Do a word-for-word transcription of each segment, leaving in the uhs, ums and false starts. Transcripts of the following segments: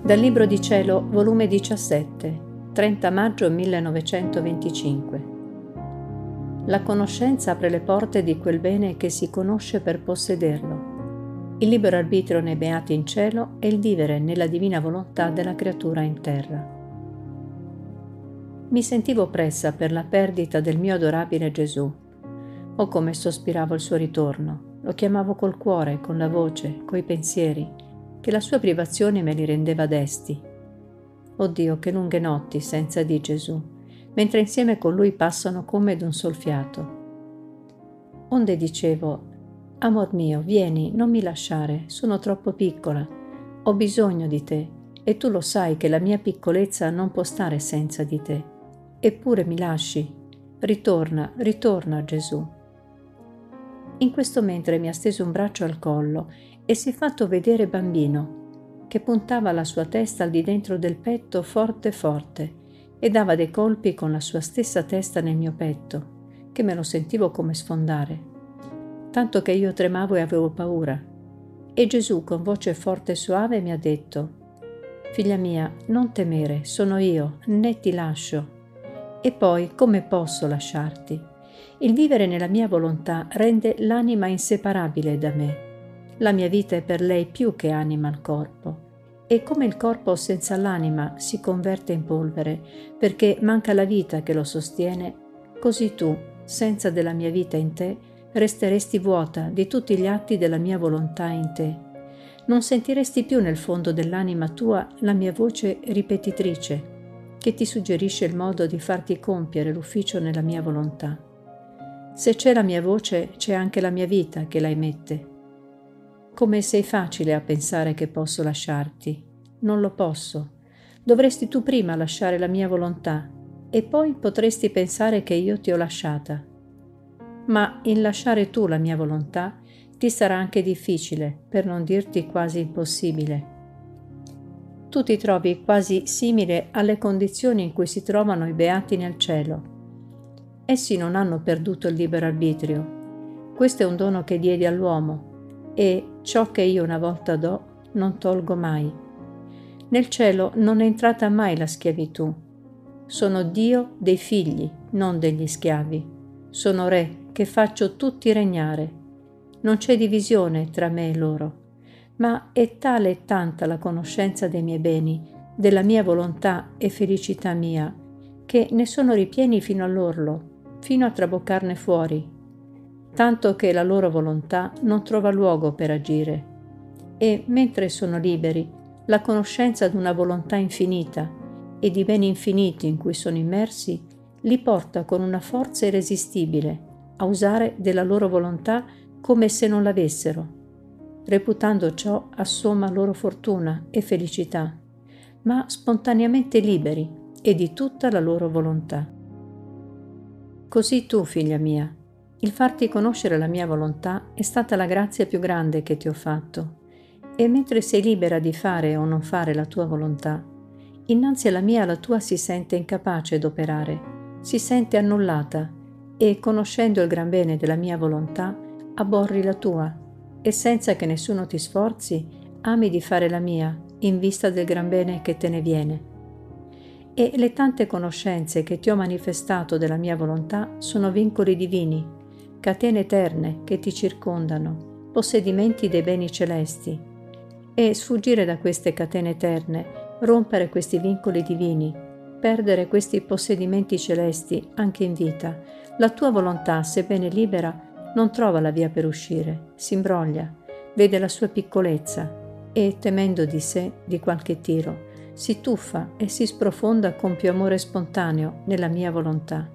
Dal Libro di Cielo, volume diciassette, trenta maggio millenovecentoventicinque. La conoscenza apre le porte di quel bene che si conosce per possederlo. Il libero arbitrio nei beati in cielo e il vivere nella divina volontà della creatura in terra. Mi sentivo oppressa per la perdita del mio adorabile Gesù. Oh, come sospiravo il suo ritorno. Lo chiamavo col cuore, con la voce, coi pensieri, che la sua privazione me li rendeva desti. Oh Dio, che lunghe notti senza di Gesù, mentre insieme con Lui passano come d'un sol fiato. Onde dicevo: amor mio, vieni, non mi lasciare, sono troppo piccola, ho bisogno di te, e tu lo sai che la mia piccolezza non può stare senza di te. Eppure mi lasci. Ritorna, ritorna, Gesù. In questo mentre mi ha steso un braccio al collo e si è fatto vedere bambino, che puntava la sua testa al di dentro del petto forte forte e dava dei colpi con la sua stessa testa nel mio petto, che me lo sentivo come sfondare, tanto che io tremavo e avevo paura. E Gesù con voce forte e suave mi ha detto: figlia mia, non temere, sono io, né ti lascio. E poi come posso lasciarti? Il vivere nella mia volontà rende l'anima inseparabile da me. La mia vita è per lei più che anima al corpo. E come il corpo senza l'anima si converte in polvere, perché manca la vita che lo sostiene, così tu, senza della mia vita in te, resteresti vuota di tutti gli atti della mia volontà in te. Non sentiresti più nel fondo dell'anima tua la mia voce ripetitrice, che ti suggerisce il modo di farti compiere l'ufficio nella mia volontà. Se c'è la mia voce, c'è anche la mia vita che la emette. Come sei facile a pensare che posso lasciarti. Non lo posso. Dovresti tu prima lasciare la mia volontà e poi potresti pensare che io ti ho lasciata. Ma in lasciare tu la mia volontà ti sarà anche difficile, per non dirti quasi impossibile. Tu ti trovi quasi simile alle condizioni in cui si trovano i beati nel cielo. Essi non hanno perduto il libero arbitrio. Questo è un dono che diedi all'uomo e ciò che io una volta do non tolgo mai. Nel cielo non è entrata mai la schiavitù. Sono Dio dei figli, non degli schiavi. Sono re che faccio tutti regnare. Non c'è divisione tra me e loro. Ma è tale e tanta la conoscenza dei miei beni, della mia volontà e felicità mia, che ne sono ripieni fino all'orlo, fino a traboccarne fuori, tanto che la loro volontà non trova luogo per agire. E mentre sono liberi, la conoscenza d'una volontà infinita e di beni infiniti in cui sono immersi, li porta con una forza irresistibile a usare della loro volontà come se non l'avessero, reputando ciò a somma loro fortuna e felicità, ma spontaneamente liberi e di tutta la loro volontà. Così tu, figlia mia, il farti conoscere la mia volontà è stata la grazia più grande che ti ho fatto, e mentre sei libera di fare o non fare la tua volontà, innanzi alla mia la tua si sente incapace d'operare, si sente annullata, e conoscendo il gran bene della mia volontà, aborri la tua, e senza che nessuno ti sforzi, ami di fare la mia, in vista del gran bene che te ne viene. E le tante conoscenze che ti ho manifestato della mia volontà sono vincoli divini, catene eterne che ti circondano, possedimenti dei beni celesti. E sfuggire da queste catene eterne, rompere questi vincoli divini, perdere questi possedimenti celesti anche in vita, la tua volontà, sebbene libera, non trova la via per uscire, si imbroglia, vede la sua piccolezza e, temendo di sé, di qualche tiro, si tuffa e si sprofonda con più amore spontaneo nella mia volontà.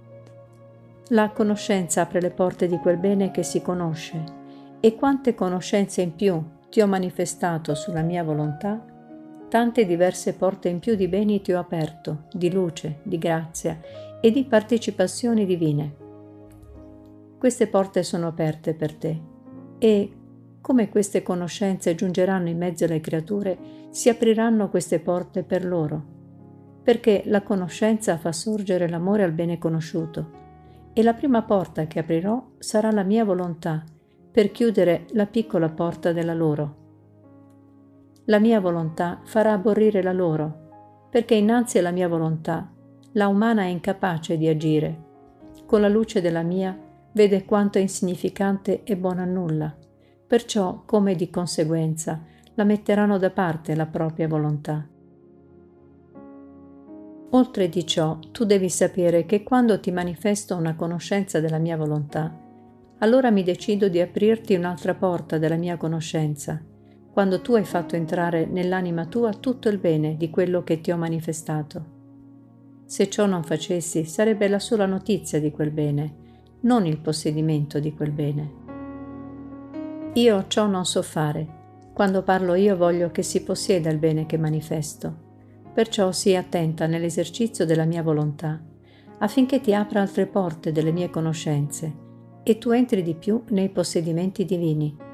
La conoscenza apre le porte di quel bene che si conosce, e quante conoscenze in più ti ho manifestato sulla mia volontà, tante diverse porte in più di beni ti ho aperto, di luce, di grazia e di partecipazioni divine. Queste porte sono aperte per te e, come queste conoscenze giungeranno in mezzo alle creature, si apriranno queste porte per loro, perché la conoscenza fa sorgere l'amore al bene conosciuto, e la prima porta che aprirò sarà la mia volontà, per chiudere la piccola porta della loro. la mia volontà farà aborrire la loro, perché innanzi alla mia volontà la umana è incapace di agire. Con la luce della mia vede quanto è insignificante e buona a nulla, perciò, come di conseguenza, la metteranno da parte la propria volontà. Oltre di ciò, tu devi sapere che quando ti manifesto una conoscenza della mia volontà, allora mi decido di aprirti un'altra porta della mia conoscenza, quando tu hai fatto entrare nell'anima tua tutto il bene di quello che ti ho manifestato. Se ciò non facessi, sarebbe la sola notizia di quel bene, non il possedimento di quel bene. Io ciò non so fare. Quando parlo io voglio che si possieda il bene che manifesto. Perciò sii attenta nell'esercizio della mia volontà, affinché ti apra altre porte delle mie conoscenze e tu entri di più nei possedimenti divini.